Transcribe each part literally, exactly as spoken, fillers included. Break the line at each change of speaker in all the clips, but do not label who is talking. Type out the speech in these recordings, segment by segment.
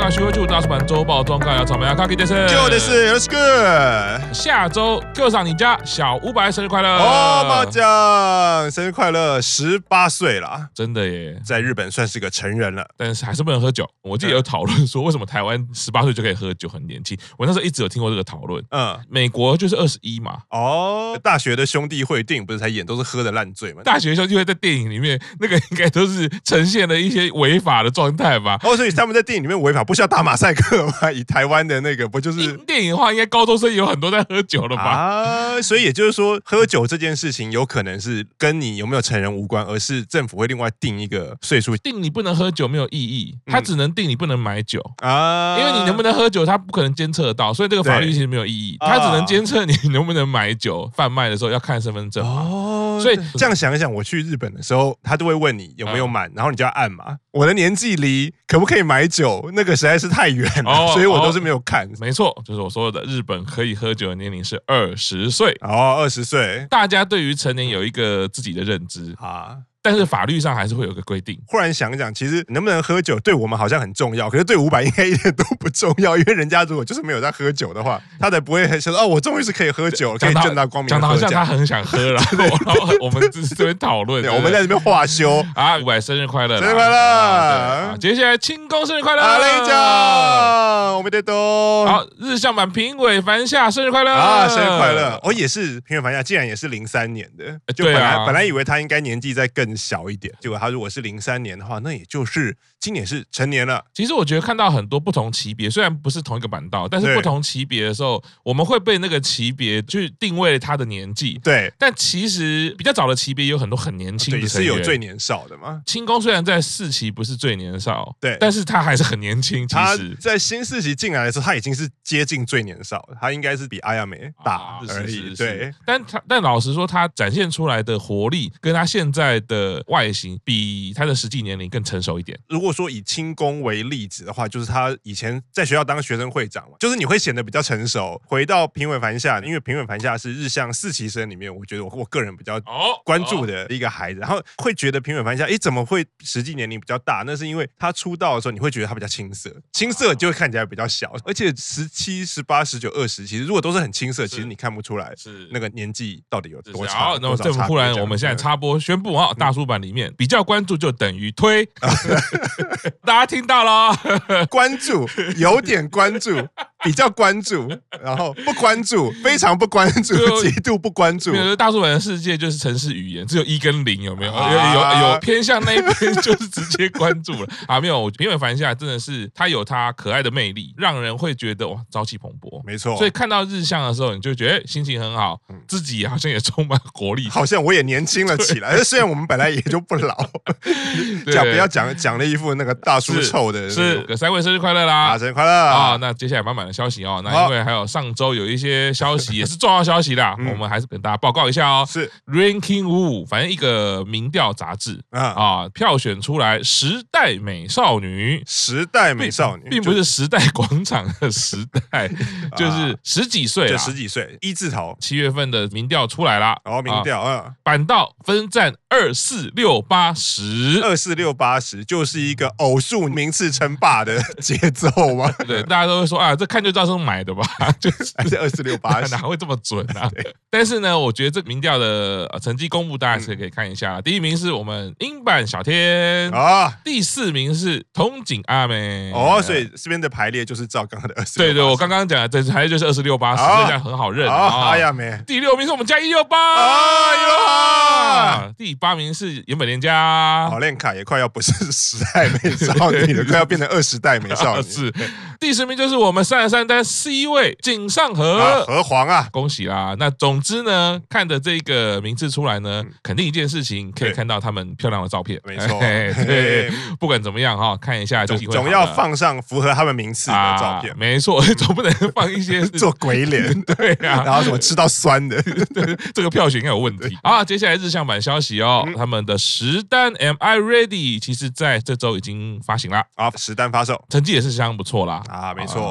下徐汇处大出版周报中告要草莓阿卡基先生，
就的是 Let's go。
下周 Q 上你家小五百生日快乐
哦，马酱生日快乐，十八岁啦，
真的耶，
在日本算是个成人了，
但是还是不能喝酒。我记得有讨论说，为什么台湾十八岁就可以喝酒，很年轻。我那时候一直有听过这个讨论。嗯，美国就是二十一嘛。
哦，大学的兄弟会电影不是才演都是喝的烂醉嘛？
大学兄弟会在电影里面，那个应该都是呈现了一些违法的状态吧？
哦，所以他们在电影里面违法，不需要打马赛克吗？以台湾的那个不就是
电影的话，应该高中生有很多在喝酒了吧？
啊，所以也就是说，喝酒这件事情有可能是跟你有没有成人无关，而是政府会另外定一个岁数，
定你不能喝酒没有意义，它只能定你不能买酒
啊，
因为你能不能喝酒，它不可能监测得到，所以这个法律其实没有意义，它只能监测你能不能买酒，贩卖的时候要看身份证哦。所以
这样想一想，我去日本的时候，他都会问你有没有满，然后你就要按嘛。我的年纪离可不可以买酒，那个实在是太远了，哦、所以我都是没有看。哦、
没错，就是我说的，日本可以喝酒的年龄是二十岁。
哦，二十岁，
大家对于成年有一个自己的认知啊。但是法律上还是会有个规定。
忽然想想，其实能不能喝酒对我们好像很重要，可是对伍佰应该一点都不重要，因为人家如果就是没有在喝酒的话，他才不会想说哦，我终于是可以喝酒，可以正大光明
讲的好像他很想喝，然后然后我们只是这边讨论，
我们在这边话休
啊。伍佰生日快乐，
生日快乐！
接下来庆功生日快乐，
阿雷酱，我们的都
好，日向版平尾凡夏生日快乐
啊，生日快乐！哦，也是平尾凡夏，竟然也是零三年的，就本来本来以为他应该年纪再更小一点，结果他如果是零三年的话，那也就是今年是成年了。
其实我觉得看到很多不同级别，虽然不是同一个版道，但是不同级别的时候，我们会被那个级别去定位他的年纪。
对，
但其实比较早的级别有很多很年轻的成员，
是有最年少的嘛。
清宫虽然在四期不是最年少，
对，
但是他还是很年轻。其实
他在新四期进来的时候，他已经是接近最年少了，他应该是比阿亚美大而已。对，
但他但老实说，他展现出来的活力跟他现在的外形比他的实际年龄更成熟一点。
如果说以清宫为例子的话，就是他以前在学校当学生会长嘛，就是你会显得比较成熟。回到平尾凡夏，因为平尾凡夏是日向四期生里面，我觉得我我个人比较关注的一个孩子，然后会觉得平尾凡夏，哎，怎么会实际年龄比较大？那是因为他出道的时候，你会觉得他比较青涩，青涩就会看起来比较小，而且十七、十八、十九、二十，其实如果都是很青涩，其实你看不出来是那个年纪到底有多差。
好，那么这忽然我们现在插播宣布啊，大叔版里面比较关注就等于推。大家听到了，
关注有点关注，比较关注，然后不关注，非常不关注，极度不关注。
没有，大叔版的世界就是程式语言，只有一跟零，有没有？啊、有有有偏向那一边，就是直接关注了啊！没有，平尾凡夏真的是他有他可爱的魅力，让人会觉得哇，朝气蓬勃。
没错，
所以看到日向的时候，你就觉得、欸、心情很好，自己好像也充满活力，
好像我也年轻了起来。虽然我们本来也就不老，讲不要讲讲了一副那个大叔臭的。
是，是三位生日快乐啦！
啊，生日快乐
啊！那接下来满满的消息哦，那因为还有上周有一些消息也是重要消息啦，我们还是跟大家报告一下哦。
是
Ranking 五，反正一个民调杂志啊啊，票选出来十代美少女，
十代美少女，
并不是时代广场的时代，就是十几岁，
就十几岁，一字头。
七月份的民调出来啦，
哦，民调啊，
板道分占二四六八十，
二四六八十就是一个偶数名次称霸的节奏吗？
对，大家都会说啊，这看就知道是买的吧，就是
二四六八十，
哪会这么准啊？但是呢，我觉得这个民调的成绩公布，大家是可以看一下啦。第一名是我们英版小天啊，第四名是筒井阿美
哦，所以这边的排列就是照刚刚的二四六八十。
对对，我刚刚讲的这排列就是二四六八十，这样很好认啊。
阿美，
第六名是我们家一六八
啊，一六八。
第八名是岩本莲佳，
好，练卡也快要不是十代美少女了，快要变成二十代美少女。
是，第十名就是我们三十三单 C 位井上和
和黄啊，
恭喜啦！那总之呢，看着这个名次出来呢，肯定一件事情可以看到他们漂亮的照片。
没错，
对，不管怎么样哈，看一下就
总要放上符合他们名次的照片。
没错，总不能放一些
做鬼脸，
对啊，
然后什么吃到酸的，
这个票选应该有问题啊。接下来日向版消息哦，他们的十单 Am I Ready， 其实在这周已经发行了
啊，十单发售，
成绩也是相当不错啦
啊，没错，
不管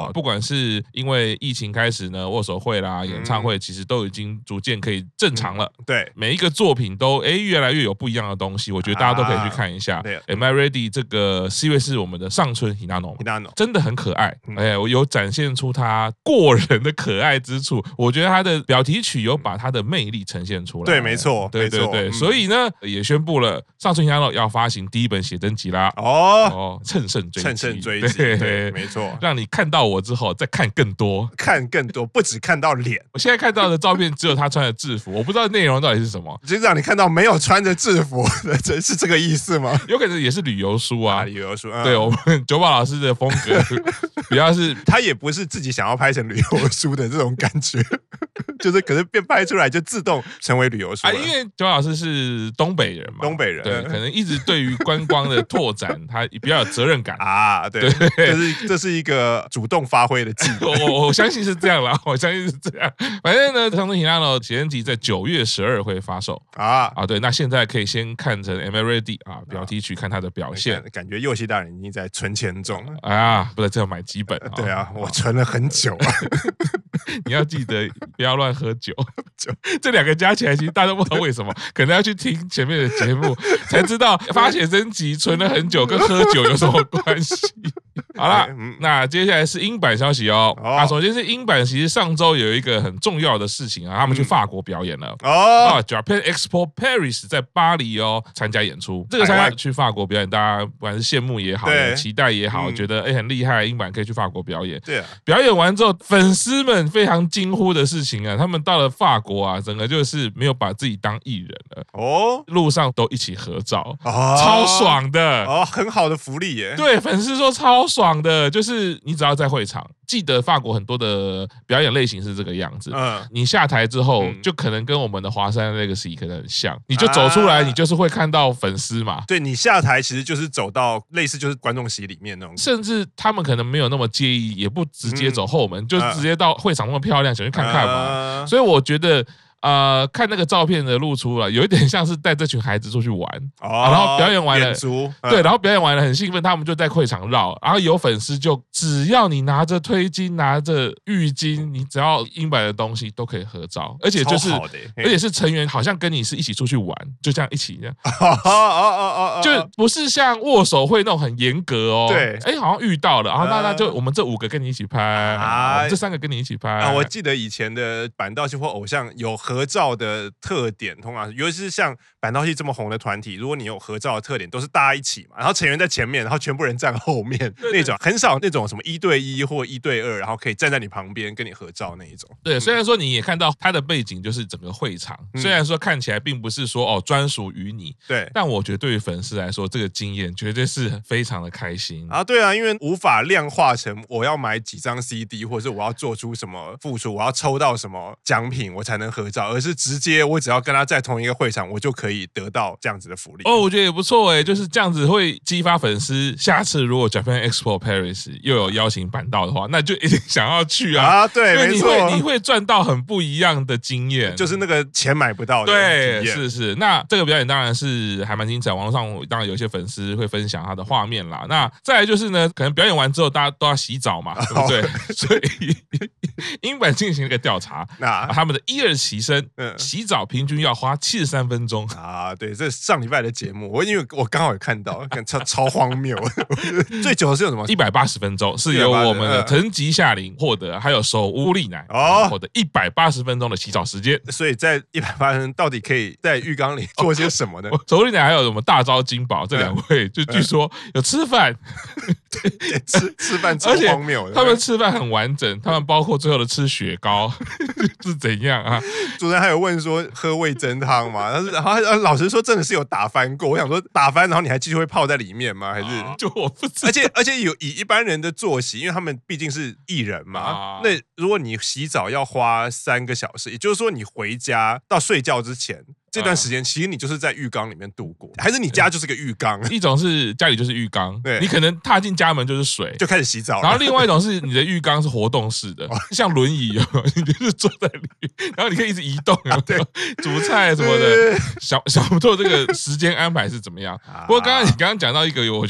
是因为疫情开始呢，握手会啦、演唱会其实都已经逐渐可以正常了。
嗯、对，
每一个作品都哎越来越有不一样的东西，我觉得大家都可以去看一下。
啊、对
，Am I Ready 这个 C 位是我们的上村 Hinano，Hinano 真的很可爱，哎、嗯，我有展现出他过人的可爱之处。我觉得他的表题曲有把他的魅力呈现出来。
对，没错，
对对对，嗯、所以呢也宣布了上村 Hinano 要发行第一本写真集啦。
哦
哦，乘胜追击，
乘胜追击，对，对没错，
让你看到我之后再看更多，
看更多，不只看到脸。
我现在看到的照片只有他穿的制服，我不知道内容到底是什么。
就是让你看到没有穿着制服的，是这个意思吗？
有可能也是旅游书啊，
啊旅游书。嗯、
对我们九宝老师的风格比较是，
他也不是自己想要拍成旅游书的这种感觉，就是可是变拍出来就自动成为旅游书啊。
因为九宝老师是东北人嘛，
东北人，
对，可能一直对于观光的拓展，他比较有责任感
啊。对，对这是这是一个主动发挥的技能。
我我相信是这样啦，我相信是这样。反正呢，上村 Hinano 写真集在九月十二会发售啊啊，对，那现在可以先看成 Am I Ready 啊，表题曲看他的表现，
感觉佑希大人已经在存钱中了。
哎呀，不能这样买几本。
对啊，我存了很久啊。
你要记得不要乱喝酒，这两个加起来，其实大家都不知道为什么，可能要去听前面的节目才知道发写真集存了很久跟喝酒有什么关系。好啦，那接下来是英版消息哦。啊，首先是英版，其实上周有一个很重要的事情啊，他们去法国表演了哦。啊 ，Japan Expo Paris 在巴黎哦参加演出。这个参加去法国表演，大家不管是羡慕也好，期待也好，觉得哎很厉害，英版可以去法国表演。
对啊，
表演完之后，粉丝们非常惊呼的事情啊，他们到了法国啊，整个就是没有把自己当艺人了哦，路上都一起合照，超爽的
哦，很好的福利耶。
对，粉丝说超爽的，就是你只要在会场，记得法国很多的表演类型是这个样子。嗯，你下台之后，嗯、就可能跟我们的华山 Legacy 可能很像，你就走出来，啊、你就是会看到粉丝嘛。
对，你下台其实就是走到类似就是观众席里面那种，
甚至他们可能没有那么介意，也不直接走后门，嗯、就直接到会场那么漂亮，想去看看嘛。啊、所以我觉得。呃，看那个照片的露出了，有一点像是带这群孩子出去玩，哦啊、然后表演完了，嗯、对，然后表演完了很兴奋，他们就在会场绕，然后有粉丝就只要你拿着推巾、拿着浴巾，你只要英版的东西都可以合照，而且就是，而且是成员好像跟你是一起出去玩，就这样一起这样，就不是像握手会那种很严格哦，
对，
哎，好像遇到了，然后那那就我们这五个跟你一起拍，啊、这三个跟你一起拍
啊，我记得以前的板道系或偶像有。合照的特点，通常尤其是像板道系这么红的团体，如果你有合照的特点，都是大家一起嘛，然后成员在前面，然后全部人站后面对对那种，很少那种什么一对一或一对二，然后可以站在你旁边跟你合照那一种。
对，虽然说你也看到它的背景就是整个会场，嗯、虽然说看起来并不是说哦专属于你，
对，
但我觉得对于粉丝来说，这个经验绝对是非常的开心
啊。对啊，因为无法量化成我要买几张 C D， 或者是我要做出什么付出，我要抽到什么奖品，我才能合照。而是直接我只要跟他在同一个会场，我就可以得到这样子的福利
哦。我觉得也不错哎，就是这样子会激发粉丝。下次如果 Japan Expo Paris 又有邀请板道的话，那就一定想要去啊！
啊，对，
因为你
没错，
会你会赚到很不一样的经验，
就是那个钱买不到的
对，是是。那这个表演当然是还蛮精彩，网络上当然有一些粉丝会分享他的画面啦。那再来就是呢，可能表演完之后大家都要洗澡嘛，对不对？所以英版进行了一个调查，那他们的一二期生。嗯、洗澡平均要花七十三分钟
啊！对，这是上礼拜的节目，我因为我刚好有看到，看超超荒谬。最久的是有什么？
一百八十分钟，是由我们的藤吉夏玲获得，还有手屋丽乃哦获得一百八十分钟的洗澡时间。
所以在一百八十分到底可以在浴缸里做些什么呢？
手屋丽乃还有什么大招金宝这两位，就据说有吃饭，
吃吃饭超荒谬的。
他们吃饭很完整，他们包括最后的吃雪糕是怎样啊？
主持人还有问说喝味噌汤吗？但是然后老实说真的是有打翻过。我想说打翻，然后你还继续会泡在里面吗？还是、
啊、就我不知道。
而且而且有以一般人的作息，因为他们毕竟是艺人嘛，啊、那如果你洗澡要花三个小时，也就是说你回家到睡觉之前。这段时间其实你就是在浴缸里面度过，还是你家就是个浴缸？
一种是家里就是浴缸，对，你可能踏进家门就是水，
就开始洗澡了。
然后另外一种是你的浴缸是活动式的，像轮椅有没有？你就是坐在里面，然后你可以一直移动，有没有？煮菜什么的。想想不透这个时间安排是怎么样。不过刚刚你刚刚讲到一个，我觉得。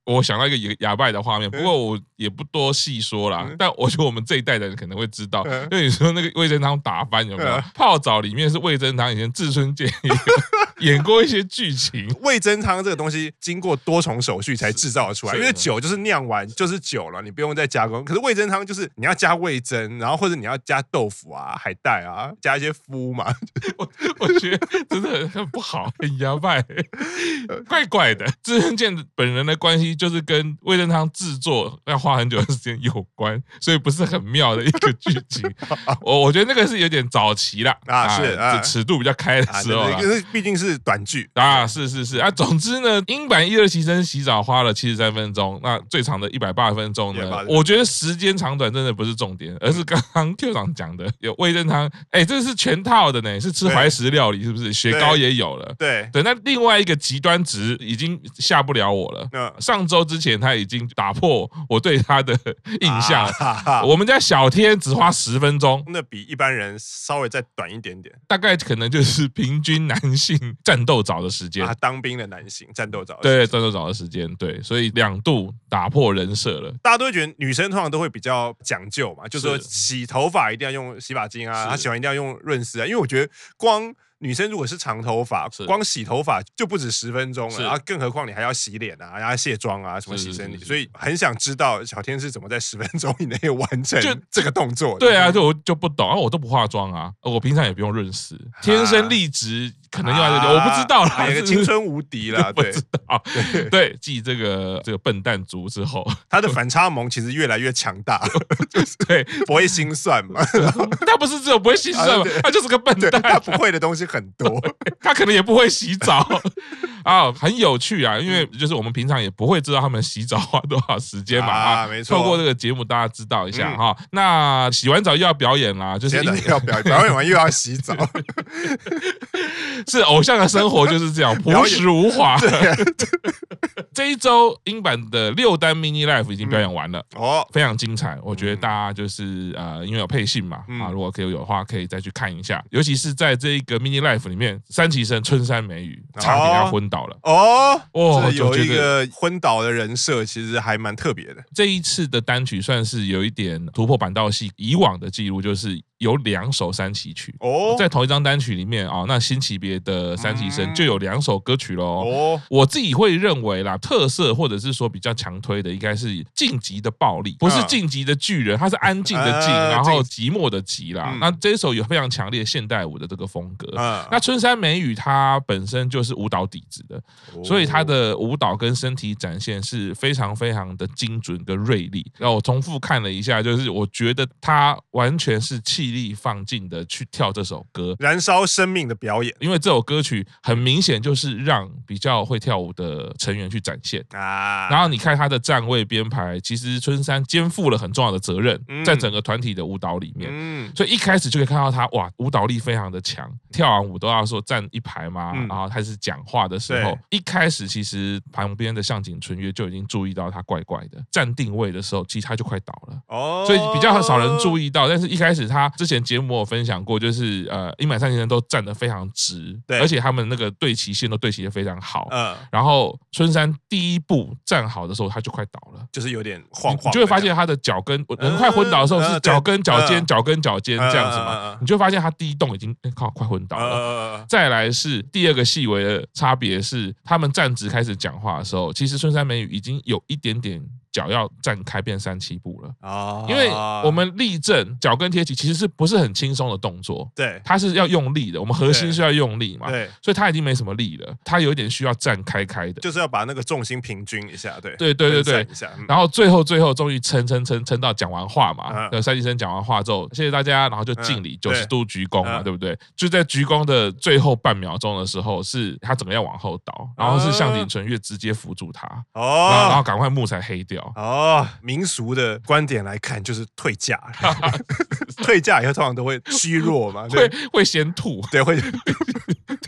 我想到一个哑巴的画面，不过我也不多细说啦。但我觉得我们这一代的人可能会知道，因为你说那个味噌汤打翻有没有？泡澡里面是味噌汤，以前志春健演过一些剧情。
味噌汤这个东西经过多重手续才制造出来，因为酒就是酿完就是酒了，你不用再加工。可是味噌汤就是你要加味噌，然后或者你要加豆腐啊、海带啊，加一些麸嘛。
我我觉得真的很不好，很摇摆，怪怪的。志春健本人的关系就是跟味噌汤制作要花很久的时间有关，所以不是很妙的一个剧情。我我觉得那个是有点早期啦，
啊是啊，
尺度比较开的时候啦，
因为毕竟是短剧
啊，是是是啊。总之呢，英版一二期生洗澡花了七十三分钟，那最长的一百八十分钟呢，我觉得时间长短真的不是重点，而是刚刚 Q 长讲的有味噌汤，哎，这是全套的呢，是吃怀石料理是不是？雪糕也有了，
对
对。那另外一个极端值已经吓不了我了。嗯、上周之前他已经打破我对他的印象了。啊、哈哈我们家小天只花十分钟，
那比一般人稍微再短一点点，
大概可能就是平均男性战斗澡的时间。
啊，当兵的男性战斗澡的时
间，对战斗澡的时间，对，所以两度打破人设了。
大家都会觉得女生通常都会比较讲究嘛，就是说洗头发一定要用洗发精啊，她洗完一定要用润丝啊，因为我觉得光。女生如果是长头发，光洗头发就不止十分钟了，然后更何况你还要洗脸啊，然后卸妆啊，什么洗身体，所以很想知道小天是怎么在十分钟以内完成这个动作的。
对啊，就我就不懂，我都不化妆啊，我平常也不用润丝，天生丽质可能用来这，我不知道啦，
有个青春无敌啦，
不知道。对，继这个这个笨蛋族之后，
他的反差萌其实越来越强大，
对，
不会心算嘛，
他不是只有不会心算嘛，他就是个笨蛋，
他不会的东西很多，
他可能也不会洗澡啊，很有趣啊，因为就是我们平常也不会知道他们洗澡花多少时间嘛啊，
没错，
透过这个节目大家知道一下哈。那洗完澡又要表演啦，就是
要表演，表演完又要洗澡，
是偶像的生活就是这样朴实无华。这一周英版的六单 mini life 已经表演完了哦，非常精彩，我觉得大家就是呃，因为有配信嘛啊，如果可以有的话，可以再去看一下，尤其是在这一个 mini life 里面，三期生春山美羽差点要昏倒了
哦哦，有一个昏倒的人设，其实还蛮特别的。
这一次的单曲算是有一点突破板道系以往的记录，就是有两首三期曲哦，在同一张单曲里面啊，那新级别的三期生就有两首歌曲喽。哦，我自己会认为啦，特色或者是说比较强推的，应该是晋级的暴力，不是晋级的巨人，它是安静的静，然后寂寞的寂啦。那这一首有非常强烈现代舞的这个风格。那春山美羽她本身就是舞蹈底子的，所以她的舞蹈跟身体展现是非常非常的精准跟锐利。然后我重复看了一下，就是我觉得她完全是气力放尽的去跳这首歌，
燃烧生命的表演。
因为这首歌曲很明显就是让比较会跳舞的成员去展现啊。然后你看他的站位编排，其实春山肩负了很重要的责任，在整个团体的舞蹈里面。嗯，所以一开始就可以看到他哇，舞蹈力非常的强，跳完舞都要说站一排嘛。嗯、然后开始讲话的时候，一开始其实旁边的向井纯月就已经注意到他怪怪的，站定位的时候，其实他就快倒了。哦，所以比较少人注意到，但是一开始他之前节目有分享过，就是呃，英满三期生都站得非常直，对，而且他们那个对齐线都对齐得非常好。嗯，然后春山第一步站好的时候，他就快倒了，
就是有点晃晃，
你就会发现他的脚跟人快昏倒的时候是脚跟脚尖脚跟脚尖这样子嘛，你就会发现他第一动已经靠快昏倒了。再来是第二个细微的差别是，他们站直开始讲话的时候，其实春山美羽已经有一点点脚要站开变三七步了哦，因为我们立正脚跟贴起其实是不是很轻松的动作？对，它是要用力的，我们核心是要用力嘛，对，所以他已经没什么力了，他有一点需要站开开的，
就是要把那个重心平均一下，对，
对对对对，然后最后最后终于撑撑撑撑到讲完话嘛，有三期生讲完话之后，谢谢大家，然后就敬礼九十度鞠躬嘛，对不对？就在鞠躬的最后半秒钟的时候，是他整个要往后倒，然后是向井纯月直接扶住他，哦，然后然后赶快木材黑掉。
哦，民俗的观点来看，就是退驾，退驾以后通常都会虚弱嘛，
会会先吐，
对，会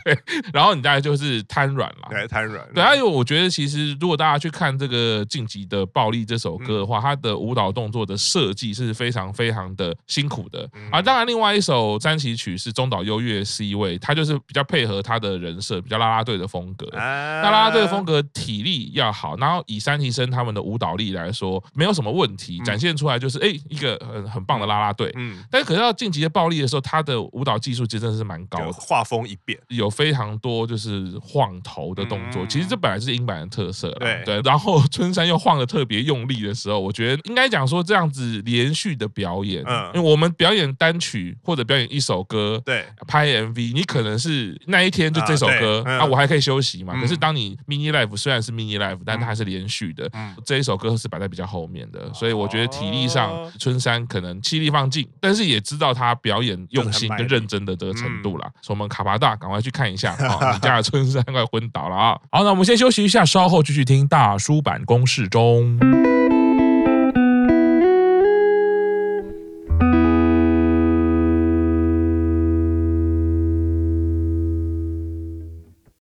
对，然后你大概就是瘫软了，
对，瘫软。
对，还有我觉得其实如果大家去看这个《晋级的暴力》这首歌的话，它的舞蹈动作的设计是非常非常的辛苦的啊。当然，另外一首三旗曲是中岛优越 C 位，它就是比较配合他的人设，比较啦啦队的风格。那啦啦队的风格体力要好，然后以三期生他们的舞蹈力来说，没有什么问题，展现出来就是哎一个很很棒的啦啦队。嗯，但是可是到晋级的暴力的时候，他的舞蹈技术其实真的是蛮高的，
画风一变，
有非常多就是晃头的动作。其实这本来是英版的特色啦，对。然后春山又晃得特别用力的时候，我觉得应该讲说这样子连续的表演，嗯，因为我们表演单曲或者表演一首歌，
对，
拍 M V， 你可能是那一天就这首歌啊，我还可以休息嘛。可是当你 mini life 虽然是 mini life， 但它还是连续的，这一首歌是摆在比较后面的，所以我觉得体力上春山可能气力放尽，但是也知道他表演用心跟认真的这个程度啦。所以我们卡巴大赶快去看一下啊，你家的春山快昏倒了啊！好，那我们先休息一下，稍后继续听大叔版公式中。